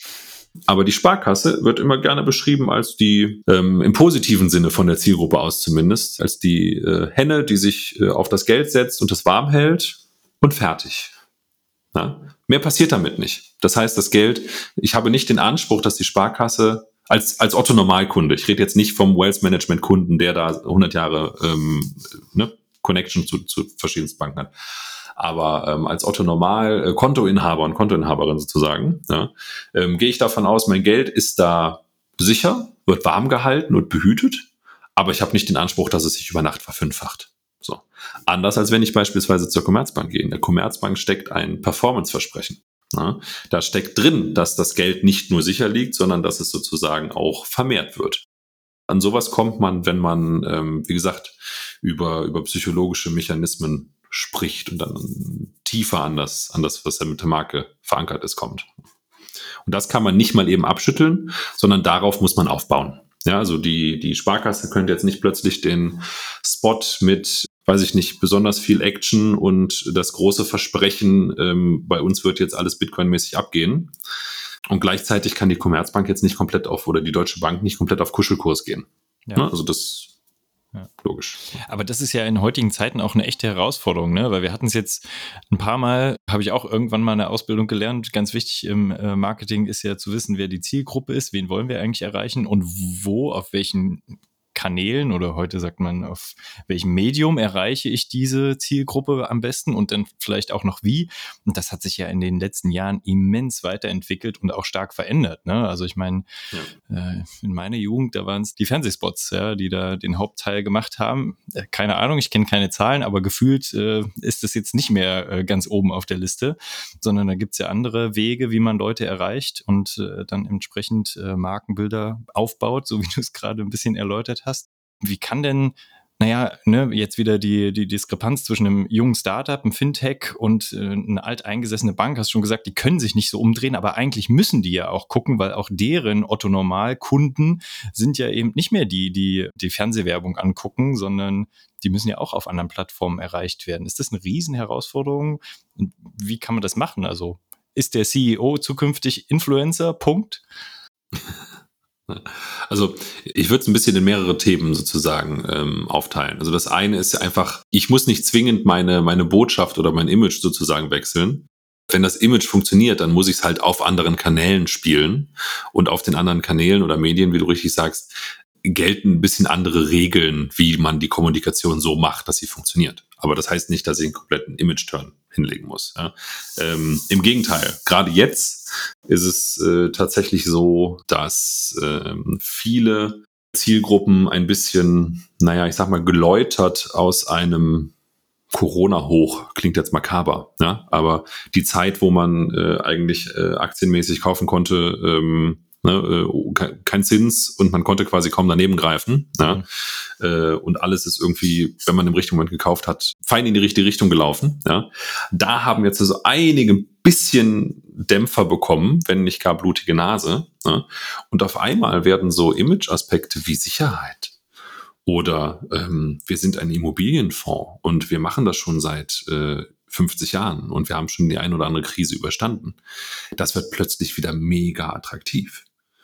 Aber die Sparkasse wird immer gerne beschrieben als die, ähm, im positiven Sinne von der Zielgruppe aus zumindest, als die äh, Henne, die sich äh, auf das Geld setzt und es warm hält und fertig. Ja? Mehr passiert damit nicht. Das heißt, das Geld, ich habe nicht den Anspruch, dass die Sparkasse als, als Otto-Normalkunde, ich rede jetzt nicht vom Wealth-Management-Kunden, der da hundert Jahre ähm, ne, Connection zu, zu verschiedensten Banken hat, aber ähm, als Otto-Normal äh, Kontoinhaber und Kontoinhaberin sozusagen, ja, ähm, gehe ich davon aus, mein Geld ist da sicher, wird warm gehalten und behütet, aber ich habe nicht den Anspruch, dass es sich über Nacht verfünffacht. So. Anders als wenn ich beispielsweise zur Commerzbank gehe. In der Commerzbank steckt ein Performance-Versprechen. Ja, da steckt drin, dass das Geld nicht nur sicher liegt, sondern dass es sozusagen auch vermehrt wird. An sowas kommt man, wenn man, ähm, wie gesagt, über, über psychologische Mechanismen spricht und dann tiefer an das, an das, was da mit der Marke verankert ist, kommt. Und das kann man nicht mal eben abschütteln, sondern darauf muss man aufbauen. Ja, also die, die Sparkasse könnte jetzt nicht plötzlich den Spot mit, weiß ich nicht, besonders viel Action und das große Versprechen, ähm, bei uns wird jetzt alles Bitcoin-mäßig abgehen. Und gleichzeitig kann die Commerzbank jetzt nicht komplett auf, oder die Deutsche Bank nicht komplett auf Kuschelkurs gehen. Ja. Ne? Also das Ja. Logisch. Aber das ist ja in heutigen Zeiten auch eine echte Herausforderung, ne? Weil wir hatten es jetzt ein paar Mal, habe ich auch irgendwann mal eine Ausbildung gelernt. Ganz wichtig im äh, Marketing ist ja zu wissen, wer die Zielgruppe ist, wen wollen wir eigentlich erreichen und wo, auf welchen Kanälen oder heute sagt man, auf welchem Medium erreiche ich diese Zielgruppe am besten und dann vielleicht auch noch wie. Und das hat sich ja in den letzten Jahren immens weiterentwickelt und auch stark verändert. Ne? Also ich meine, ja. äh, in meiner Jugend, da waren es die Fernsehspots, ja, die da den Hauptteil gemacht haben. Äh, keine Ahnung, ich kenne keine Zahlen, aber gefühlt äh, ist das jetzt nicht mehr äh, ganz oben auf der Liste, sondern da gibt's ja andere Wege, wie man Leute erreicht und äh, dann entsprechend äh, Markenbilder aufbaut, so wie du es gerade ein bisschen erläutert hast. Wie kann denn, naja, ne, jetzt wieder die, die Diskrepanz zwischen einem jungen Startup, einem Fintech und äh, eine alteingesessene Bank, hast du schon gesagt, die können sich nicht so umdrehen, aber eigentlich müssen die ja auch gucken, weil auch deren Otto-Normal-Kunden sind ja eben nicht mehr die, die die Fernsehwerbung angucken, sondern die müssen ja auch auf anderen Plattformen erreicht werden. Ist das eine Riesenherausforderung? Und wie kann man das machen? Also ist der C E O zukünftig Influencer? Punkt. Also ich würde es ein bisschen in mehrere Themen sozusagen ähm, aufteilen. Also das eine ist ja einfach, ich muss nicht zwingend meine, meine Botschaft oder mein Image sozusagen wechseln. Wenn das Image funktioniert, dann muss ich es halt auf anderen Kanälen spielen. Und auf den anderen Kanälen oder Medien, wie du richtig sagst, gelten ein bisschen andere Regeln, wie man die Kommunikation so macht, dass sie funktioniert. Aber das heißt nicht, dass ich einen kompletten Image-Turn hinlegen muss. Ja. Ähm, im Gegenteil, gerade jetzt ist es äh, tatsächlich so, dass äh, viele Zielgruppen ein bisschen, naja, ich sag mal, geläutert aus einem Corona-Hoch, klingt jetzt makaber, ja, aber die Zeit, wo man äh, eigentlich äh, aktienmäßig kaufen konnte, ähm, Ne, kein Zins und man konnte quasi kaum daneben greifen. Ja. Mhm. Und alles ist irgendwie, wenn man im richtigen Moment gekauft hat, fein in die richtige Richtung gelaufen. Ja. Da haben wir jetzt so einige bisschen Dämpfer bekommen, wenn nicht gar blutige Nase. Ja. Und auf einmal werden so Image-Aspekte wie Sicherheit oder ähm, wir sind ein Immobilienfonds und wir machen das schon seit äh, fünfzig Jahren und wir haben schon die ein oder andere Krise überstanden. Das wird plötzlich wieder mega attraktiv.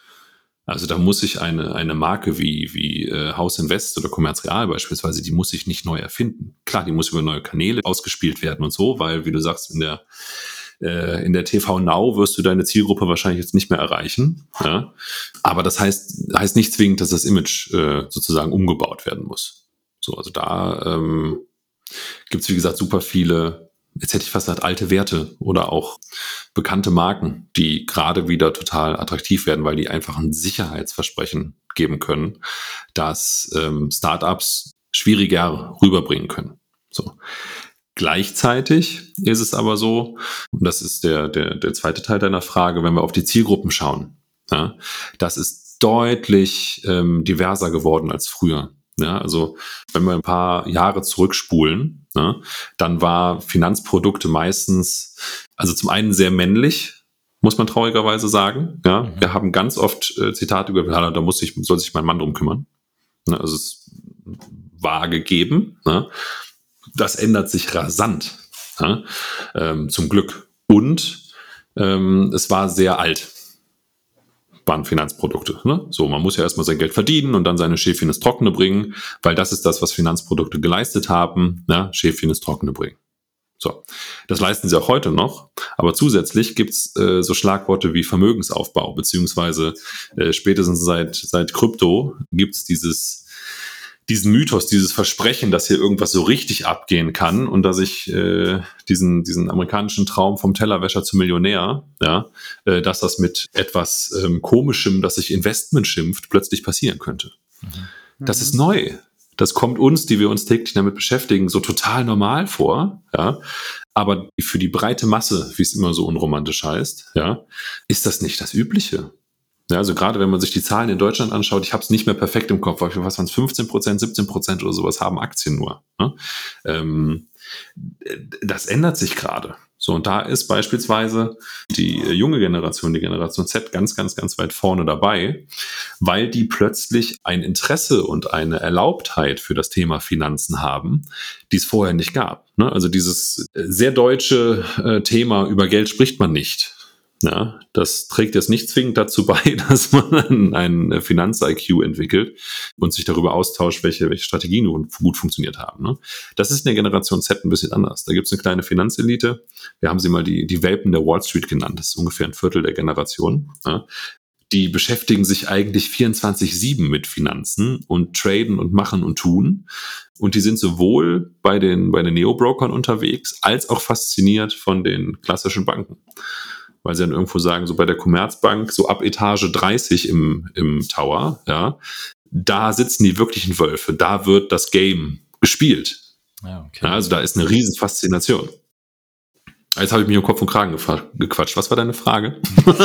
Also da muss ich eine, eine Marke wie, wie äh, Haus Invest oder Commerz Real beispielsweise, die muss ich nicht neu erfinden. Klar, die muss über neue Kanäle ausgespielt werden und so, weil, wie du sagst, in der, äh, in der T V Now wirst du deine Zielgruppe wahrscheinlich jetzt nicht mehr erreichen. Ja? Aber das heißt, heißt nicht zwingend, dass das Image äh, sozusagen umgebaut werden muss. So, also da ähm, gibt es, wie gesagt, super viele, jetzt hätte ich fast gesagt, alte Werte oder auch bekannte Marken, die gerade wieder total attraktiv werden, weil die einfach ein Sicherheitsversprechen geben können, das ähm, Startups schwieriger rüberbringen können. So. Gleichzeitig ist es aber so, und das ist der, der, der zweite Teil deiner Frage, wenn wir auf die Zielgruppen schauen, ja, das ist deutlich ähm, diverser geworden als früher. Ja, also wenn wir ein paar Jahre zurückspulen, ne, dann war Finanzprodukte meistens, also zum einen sehr männlich, muss man traurigerweise sagen. Ja, mhm. Wir haben ganz oft äh, Zitate über, da muss sich, soll sich mein Mann drum kümmern. Ne, also es war gegeben. Ne, das ändert sich rasant, ja, ähm, zum Glück. Und ähm, es war sehr alt. Waren Finanzprodukte. Ne? So, man muss ja erstmal sein Geld verdienen und dann seine Schäfchen ins Trockene bringen, weil das ist das, was Finanzprodukte geleistet haben, ne? Schäfchen ins Trockene bringen. So, das leisten sie auch heute noch, aber zusätzlich gibt's äh, so Schlagworte wie Vermögensaufbau, beziehungsweise äh, spätestens seit seit Krypto gibt's dieses diesen Mythos, dieses Versprechen, dass hier irgendwas so richtig abgehen kann und dass ich äh, diesen diesen amerikanischen Traum vom Tellerwäscher zum Millionär, ja, äh, dass das mit etwas ähm, Komischem, das sich Investment schimpft, plötzlich passieren könnte. Mhm. Das ist neu. Das kommt uns, die wir uns täglich damit beschäftigen, so total normal vor, ja. Aber für die breite Masse, wie es immer so unromantisch heißt, ja, ist das nicht das Übliche. Ja, also gerade wenn man sich die Zahlen in Deutschland anschaut, ich habe es nicht mehr perfekt im Kopf, aber was waren es, fünfzehn Prozent, siebzehn Prozent oder sowas haben Aktien nur. Ne? Ähm, das ändert sich gerade. So, und da ist beispielsweise die junge Generation, die Generation Z, ganz, ganz, ganz weit vorne dabei, weil die plötzlich ein Interesse und eine Erlaubtheit für das Thema Finanzen haben, die es vorher nicht gab. Ne? Also dieses sehr deutsche äh, Thema, über Geld spricht man nicht. Ja, das trägt jetzt nicht zwingend dazu bei, dass man einen Finanz-I Q entwickelt und sich darüber austauscht, welche, welche Strategien gut funktioniert haben. Ne? Das ist in der Generation Z ein bisschen anders. Da gibt es eine kleine Finanzelite. Wir haben sie mal die, die Welpen der Wall Street genannt. Das ist ungefähr ein Viertel der Generation. Ja? die beschäftigen sich eigentlich vierundzwanzig sieben mit Finanzen und traden und machen und tun. Und die sind sowohl bei den, bei den Neo-Brokern unterwegs, als auch fasziniert von den klassischen Banken. Weil sie dann irgendwo sagen, so bei der Commerzbank, so ab Etage dreißig im, im Tower, ja, da sitzen die wirklichen Wölfe, da wird das Game gespielt. Ja, okay. Ja, also da ist eine riesen Faszination. Jetzt habe ich mich um Kopf und Kragen gefa- gequatscht. Was war deine Frage?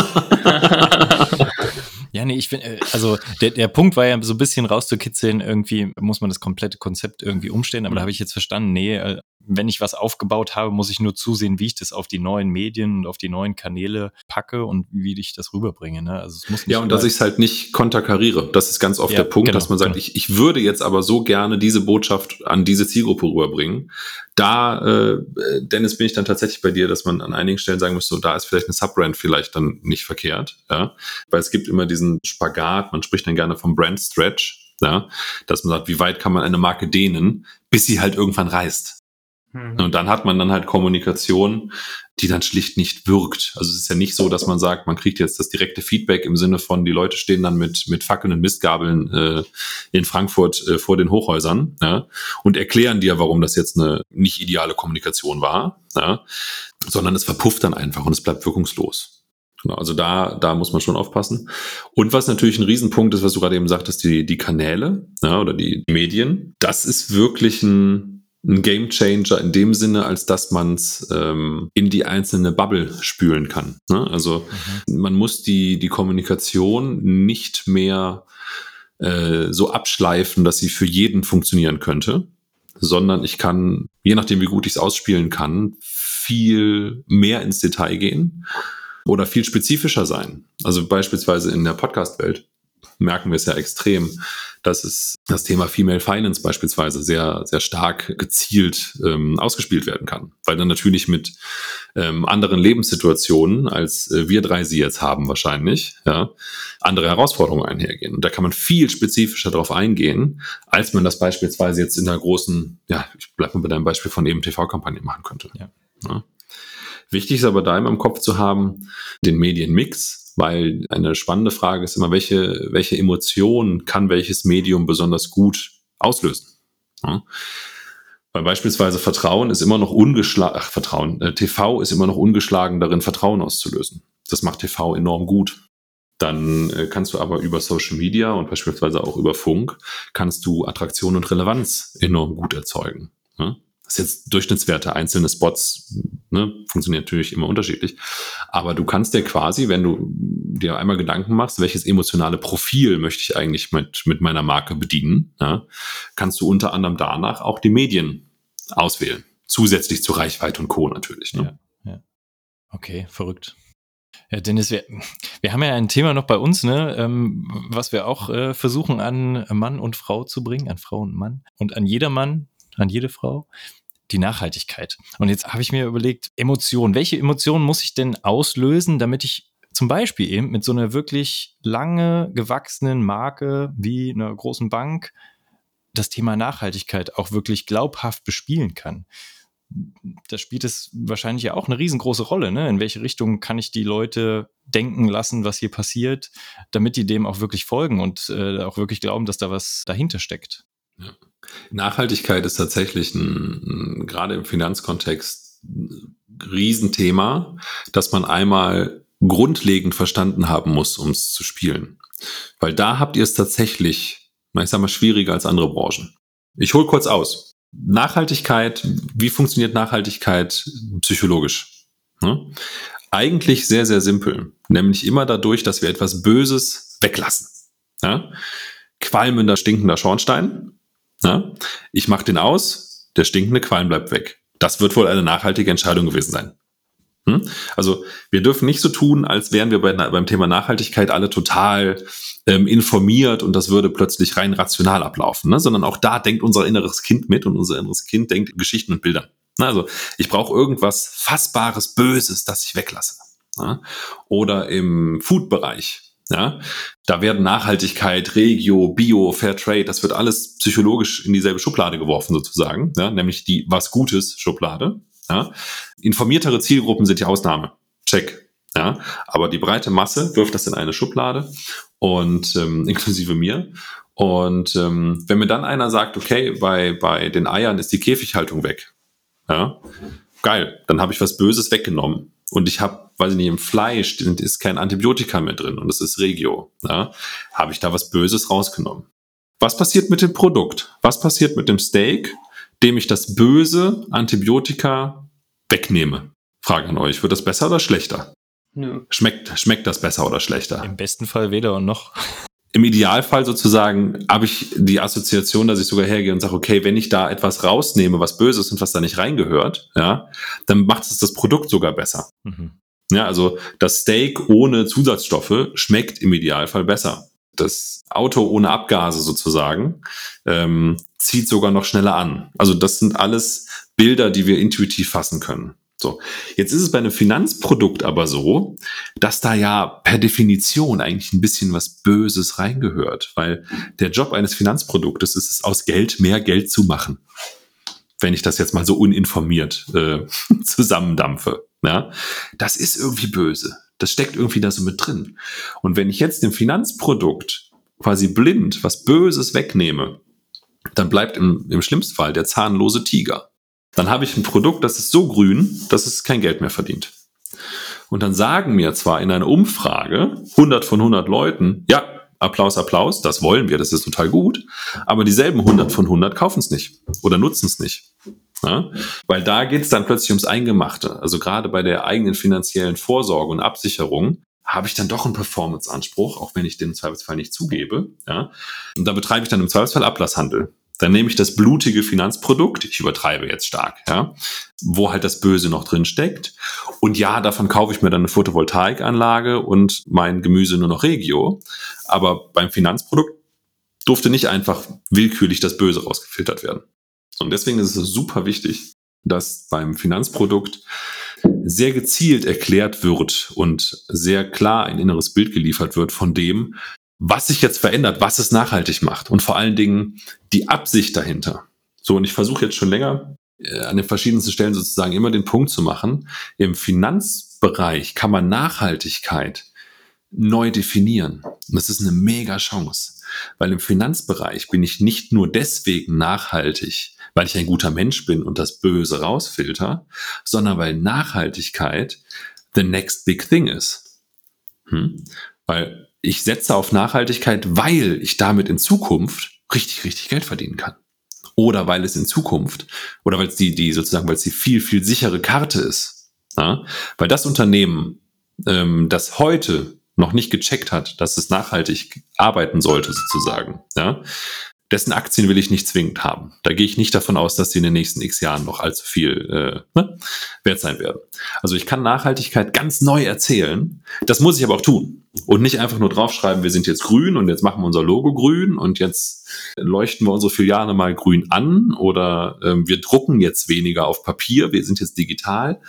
Ja, nee, ich finde, also der, der Punkt war ja so ein bisschen rauszukitzeln, irgendwie muss man das komplette Konzept irgendwie umstellen, aber mhm. da habe ich jetzt verstanden, nee, wenn ich was aufgebaut habe, muss ich nur zusehen, wie ich das auf die neuen Medien und auf die neuen Kanäle packe und wie ich das rüberbringe. Ne? Also es muss nicht ja, und dass ich es halt nicht konterkariere. Das ist ganz oft ja, der Punkt, genau, dass man sagt, genau. ich, ich würde jetzt aber so gerne diese Botschaft an diese Zielgruppe rüberbringen. Da, äh, Dennis, bin ich dann tatsächlich bei dir, dass man an einigen Stellen sagen muss, so, da ist vielleicht eine Subbrand vielleicht dann nicht verkehrt. Ja? Weil es gibt immer diesen Spagat, man spricht dann gerne vom Brand Stretch, ja? Dass man sagt, wie weit kann man eine Marke dehnen, bis sie halt irgendwann reißt. Und dann hat man dann halt Kommunikation, die dann schlicht nicht wirkt. Also es ist ja nicht so, dass man sagt, man kriegt jetzt das direkte Feedback im Sinne von, die Leute stehen dann mit mit Fackeln und Mistgabeln äh, in Frankfurt äh, vor den Hochhäusern, ja, und erklären dir, warum das jetzt eine nicht ideale Kommunikation war, ja, sondern es verpufft dann einfach und es bleibt wirkungslos. Genau, also da da muss man schon aufpassen. Und was natürlich ein Riesenpunkt ist, was du gerade eben sagtest, die die Kanäle, ja, oder die Medien, das ist wirklich ein ein Gamechanger in dem Sinne, als dass man es ähm, in die einzelne Bubble spülen kann. Ne? Also mhm. man muss die, die Kommunikation nicht mehr äh, so abschleifen, dass sie für jeden funktionieren könnte, sondern ich kann, je nachdem wie gut ich es ausspielen kann, viel mehr ins Detail gehen oder viel spezifischer sein. Also beispielsweise in der Podcast-Welt merken wir es ja extrem, dass es das Thema Female Finance beispielsweise sehr, sehr stark gezielt ähm, ausgespielt werden kann. Weil dann natürlich mit ähm, anderen Lebenssituationen, als äh, wir drei sie jetzt haben wahrscheinlich, ja, andere Herausforderungen einhergehen. Und da kann man viel spezifischer drauf eingehen, als man das beispielsweise jetzt in einer großen, ja, ich bleib mal bei deinem Beispiel von eben T V-Kampagne machen könnte. Ja. Ja. Wichtig ist aber da immer im Kopf zu haben, den Medienmix, weil eine spannende Frage ist immer, welche, welche Emotion kann welches Medium besonders gut auslösen? Ja? Weil beispielsweise Vertrauen ist immer noch ungeschlagen, ach, Vertrauen, äh, T V ist immer noch ungeschlagen darin, Vertrauen auszulösen. Das macht T V enorm gut. Dann äh, kannst du aber über Social Media und beispielsweise auch über Funk, kannst du Attraktion und Relevanz enorm gut erzeugen. Ja? Das ist jetzt Durchschnittswerte, einzelne Spots, ne, funktioniert natürlich immer unterschiedlich. Aber du kannst dir quasi, wenn du dir einmal Gedanken machst, welches emotionale Profil möchte ich eigentlich mit, mit meiner Marke bedienen, ja, kannst du unter anderem danach auch die Medien auswählen. Zusätzlich zu Reichweite und Co. natürlich. Ne? Ja, ja. Okay, verrückt. Ja, Dennis, wir, wir haben ja ein Thema noch bei uns, ne, ähm, was wir auch äh, versuchen an Mann und Frau zu bringen, an Frau und Mann und an jeder Mann, an jede Frau. Die Nachhaltigkeit. Und jetzt habe ich mir überlegt, Emotionen. Welche Emotionen muss ich denn auslösen, damit ich zum Beispiel eben mit so einer wirklich lange gewachsenen Marke wie einer großen Bank das Thema Nachhaltigkeit auch wirklich glaubhaft bespielen kann? Da spielt es wahrscheinlich ja auch eine riesengroße Rolle, ne? In welche Richtung kann ich die Leute denken lassen, was hier passiert, damit die dem auch wirklich folgen und äh, auch wirklich glauben, dass da was dahinter steckt. Ja. Nachhaltigkeit ist tatsächlich ein, ein, gerade im Finanzkontext ein Riesenthema, das man einmal grundlegend verstanden haben muss, um es zu spielen. Weil da habt ihr es tatsächlich, ich sag mal, schwieriger als andere Branchen. Ich hole kurz aus. Nachhaltigkeit, wie funktioniert Nachhaltigkeit psychologisch? Hm? Eigentlich sehr, sehr simpel. Nämlich immer dadurch, dass wir etwas Böses weglassen. Ja? Qualmender, stinkender Schornstein. Ja, ich mache den aus, der stinkende Qualm bleibt weg. Das wird wohl eine nachhaltige Entscheidung gewesen sein. Hm? Also wir dürfen nicht so tun, als wären wir bei, beim Thema Nachhaltigkeit alle total ähm, informiert und das würde plötzlich rein rational ablaufen, ne? Sondern auch da denkt unser inneres Kind mit und unser inneres Kind denkt in Geschichten und Bildern. Also ich brauche irgendwas Fassbares, Böses, das ich weglasse. Ja? Oder im Food-Bereich. Ja, da werden Nachhaltigkeit, Regio, Bio, Fairtrade, das wird alles psychologisch in dieselbe Schublade geworfen sozusagen, ja, nämlich die was Gutes Schublade. Ja. Informiertere Zielgruppen sind die Ausnahme. Check. Ja, aber die breite Masse wirft das in eine Schublade und ähm, inklusive mir. Und ähm, wenn mir dann einer sagt, okay, bei, bei den Eiern ist die Käfighaltung weg, ja, geil, dann habe ich was Böses weggenommen. Und ich habe, weiß ich nicht, im Fleisch ist kein Antibiotika mehr drin und es ist Regio. Ja, habe ich da was Böses rausgenommen. Was passiert mit dem Produkt? Was passiert mit dem Steak, dem ich das böse Antibiotika wegnehme? Frage an euch, wird das besser oder schlechter? Nö. Schmeckt, schmeckt das besser oder schlechter? Im besten Fall weder und noch. Im Idealfall sozusagen habe ich die Assoziation, dass ich sogar hergehe und sage, okay, wenn ich da etwas rausnehme, was Böses und was da nicht reingehört, ja, dann macht es das Produkt sogar besser. Mhm. Ja, also das Steak ohne Zusatzstoffe schmeckt im Idealfall besser. Das Auto ohne Abgase sozusagen ähm, zieht sogar noch schneller an. Also das sind alles Bilder, die wir intuitiv fassen können. So, jetzt ist es bei einem Finanzprodukt aber so, dass da ja per Definition eigentlich ein bisschen was Böses reingehört, weil der Job eines Finanzproduktes ist es, aus Geld mehr Geld zu machen. Wenn ich das jetzt mal so uninformiert äh, zusammendampfe. Ja? Das ist irgendwie böse. Das steckt irgendwie da so mit drin. Und wenn ich jetzt dem Finanzprodukt quasi blind was Böses wegnehme, dann bleibt im, im schlimmsten Fall der zahnlose Tiger. Dann habe ich ein Produkt, das ist so grün, dass es kein Geld mehr verdient. Und dann sagen mir zwar in einer Umfrage hundert von hundert Leuten, ja, Applaus, Applaus, das wollen wir, das ist total gut, aber dieselben hundert von hundert kaufen es nicht oder nutzen es nicht. Ja? Weil da geht es dann plötzlich ums Eingemachte. Also gerade bei der eigenen finanziellen Vorsorge und Absicherung habe ich dann doch einen Performance-Anspruch, auch wenn ich den im Zweifelsfall nicht zugebe. Ja? Und da betreibe ich dann im Zweifelsfall Ablasshandel. Dann nehme ich das blutige Finanzprodukt, ich übertreibe jetzt stark, ja, wo halt das Böse noch drin steckt. Und ja, davon kaufe ich mir dann eine Photovoltaikanlage und mein Gemüse nur noch Regio. Aber beim Finanzprodukt durfte nicht einfach willkürlich das Böse rausgefiltert werden. Und deswegen ist es super wichtig, dass beim Finanzprodukt sehr gezielt erklärt wird und sehr klar ein inneres Bild geliefert wird von dem, was sich jetzt verändert, was es nachhaltig macht und vor allen Dingen die Absicht dahinter. So, und ich versuche jetzt schon länger äh, an den verschiedensten Stellen sozusagen immer den Punkt zu machen, im Finanzbereich kann man Nachhaltigkeit neu definieren. Und das ist eine mega Chance, weil im Finanzbereich bin ich nicht nur deswegen nachhaltig, weil ich ein guter Mensch bin und das Böse rausfilter, sondern weil Nachhaltigkeit the next big thing ist. Hm? Weil ich setze auf Nachhaltigkeit, weil ich damit in Zukunft richtig, richtig Geld verdienen kann. Oder weil es in Zukunft, oder weil es die, die sozusagen, weil es die viel, viel sichere Karte ist. Ja? Weil das Unternehmen, ähm, das heute noch nicht gecheckt hat, dass es nachhaltig arbeiten sollte, sozusagen, ja, dessen Aktien will ich nicht zwingend haben. Da gehe ich nicht davon aus, dass die in den nächsten x Jahren noch allzu viel äh, ne, wert sein werden. Also ich kann Nachhaltigkeit ganz neu erzählen. Das muss ich aber auch tun. Und nicht einfach nur draufschreiben, wir sind jetzt grün und jetzt machen wir unser Logo grün und jetzt leuchten wir unsere Filiale mal grün an oder äh, wir drucken jetzt weniger auf Papier, wir sind jetzt digital.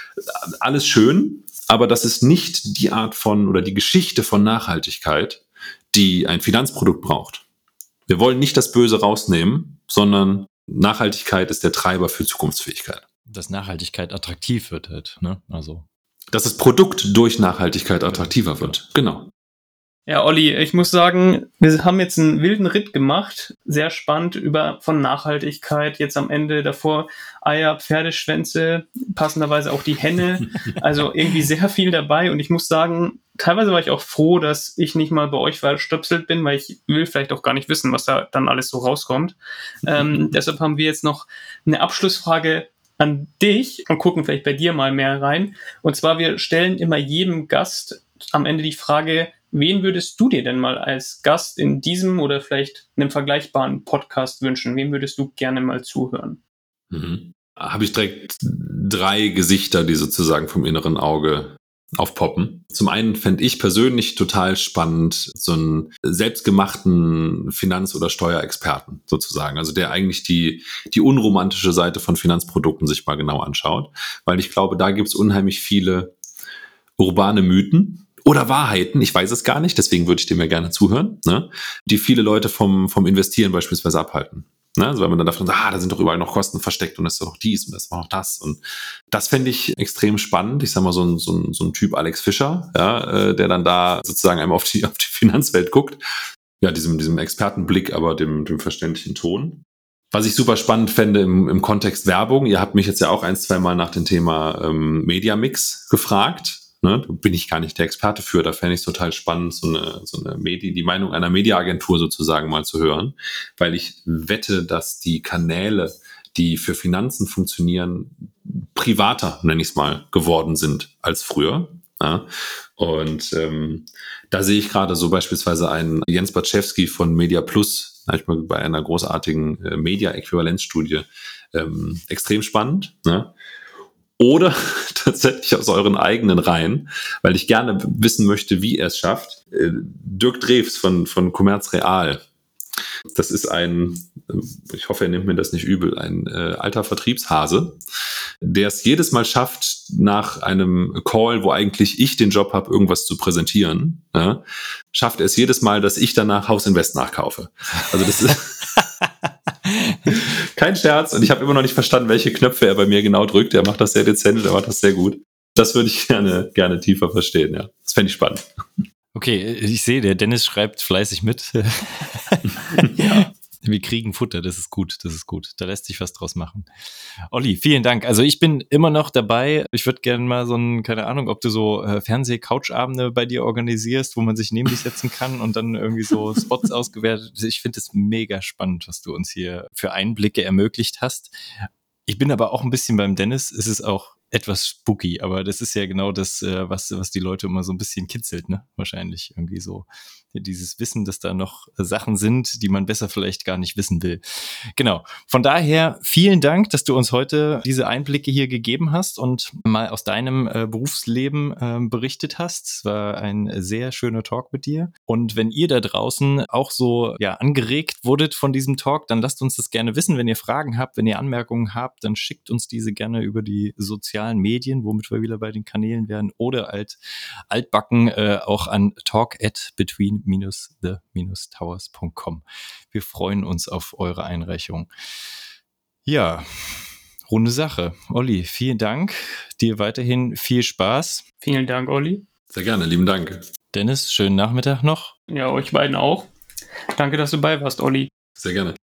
Alles schön, aber das ist nicht die Art von oder die Geschichte von Nachhaltigkeit, die ein Finanzprodukt braucht. Wir wollen nicht das Böse rausnehmen, sondern Nachhaltigkeit ist der Treiber für Zukunftsfähigkeit. Dass Nachhaltigkeit attraktiv wird halt, ne? Also. Dass das Produkt durch Nachhaltigkeit attraktiver wird. Genau. Ja, Olli, ich muss sagen, wir haben jetzt einen wilden Ritt gemacht. Sehr spannend über von Nachhaltigkeit. Jetzt am Ende davor Eier, Pferdeschwänze, passenderweise auch die Henne. Also irgendwie sehr viel dabei. Und ich muss sagen, teilweise war ich auch froh, dass ich nicht mal bei euch verstöpselt bin, weil ich will vielleicht auch gar nicht wissen, was da dann alles so rauskommt. Ähm, deshalb haben wir jetzt noch eine Abschlussfrage an dich und gucken vielleicht bei dir mal mehr rein. Und zwar, wir stellen immer jedem Gast am Ende die Frage, wen würdest du dir denn mal als Gast in diesem oder vielleicht einem vergleichbaren Podcast wünschen? Wem würdest du gerne mal zuhören? Mhm. Habe ich direkt drei Gesichter, die sozusagen vom inneren Auge aufpoppen. Zum einen fände ich persönlich total spannend, so einen selbstgemachten Finanz- oder Steuerexperten sozusagen, also der eigentlich die, die unromantische Seite von Finanzprodukten sich mal genau anschaut, weil ich glaube, da gibt es unheimlich viele urbane Mythen oder Wahrheiten, ich weiß es gar nicht, deswegen würde ich dem ja gerne zuhören, ne, die viele Leute vom, vom Investieren beispielsweise abhalten. Ne? Also weil man dann davon sagt, ah, da sind doch überall noch Kosten versteckt und es ist doch noch dies und das ist noch das. Und das fände ich extrem spannend. Ich sag mal, so ein, so ein, so ein Typ Alex Fischer, ja, äh, der dann da sozusagen einmal auf die, auf die Finanzwelt guckt. Ja, diesem, diesem Expertenblick, aber dem, dem verständlichen Ton. Was ich super spannend fände im, im Kontext Werbung, ihr habt mich jetzt ja auch ein, zwei Mal nach dem Thema ähm, Media-Mix gefragt. Ne? Da bin ich gar nicht der Experte für, da fände ich es total spannend, so eine, so eine Medi- die Meinung einer Mediaagentur sozusagen mal zu hören, weil ich wette, dass die Kanäle, die für Finanzen funktionieren, privater, nenne ich es mal, geworden sind als früher. Ja? Und ähm, da sehe ich gerade so beispielsweise einen Jens Baczewski von Media Plus, habe ich mal bei einer großartigen äh, Media-Äquivalenzstudie ähm, extrem spannend. Ne? Oder tatsächlich aus euren eigenen Reihen, weil ich gerne wissen möchte, wie er es schafft. Äh, Dirk Drews von, von Commerz Real. Das ist ein, ich hoffe, er nimmt mir das nicht übel, ein äh, alter Vertriebshase, der es jedes Mal schafft, nach einem Call, wo eigentlich ich den Job habe, irgendwas zu präsentieren, ja, schafft er es jedes Mal, dass ich danach Haus Invest nachkaufe. Also das ist kein Scherz und ich habe immer noch nicht verstanden, welche Knöpfe er bei mir genau drückt. Er macht das sehr dezent, er macht das sehr gut. Das würde ich gerne, gerne tiefer verstehen, ja. Das fände ich spannend. Okay, ich sehe, der Dennis schreibt fleißig mit. Ja. Wir kriegen Futter, das ist gut, das ist gut. Da lässt sich was draus machen. Olli, vielen Dank. Also ich bin immer noch dabei. Ich würde gerne mal so ein, keine Ahnung, ob du so äh, Fernseh-Couchabende bei dir organisierst, wo man sich neben dich setzen kann und dann irgendwie so Spots ausgewertet. Ich finde es mega spannend, was du uns hier für Einblicke ermöglicht hast. Ich bin aber auch ein bisschen beim Dennis. Es ist auch etwas spooky, aber das ist ja genau das, was, was die Leute immer so ein bisschen kitzelt, ne? Wahrscheinlich irgendwie so. Dieses Wissen, dass da noch Sachen sind, die man besser vielleicht gar nicht wissen will. Genau. Von daher vielen Dank, dass du uns heute diese Einblicke hier gegeben hast und mal aus deinem äh, Berufsleben äh, berichtet hast. Es war ein sehr schöner Talk mit dir. Und wenn ihr da draußen auch so ja angeregt wurdet von diesem Talk, dann lasst uns das gerne wissen. Wenn ihr Fragen habt, wenn ihr Anmerkungen habt, dann schickt uns diese gerne über die sozialen Medien, womit wir wieder bei den Kanälen werden, oder alt, altbacken äh, auch an talk at between the towers dot com. Wir freuen uns auf eure Einreichung. Ja, runde Sache. Olli, vielen Dank. Dir weiterhin viel Spaß. Vielen Dank, Olli. Sehr gerne, lieben Dank. Dennis, schönen Nachmittag noch. Ja, euch beiden auch. Danke, dass du bei warst, Olli. Sehr gerne.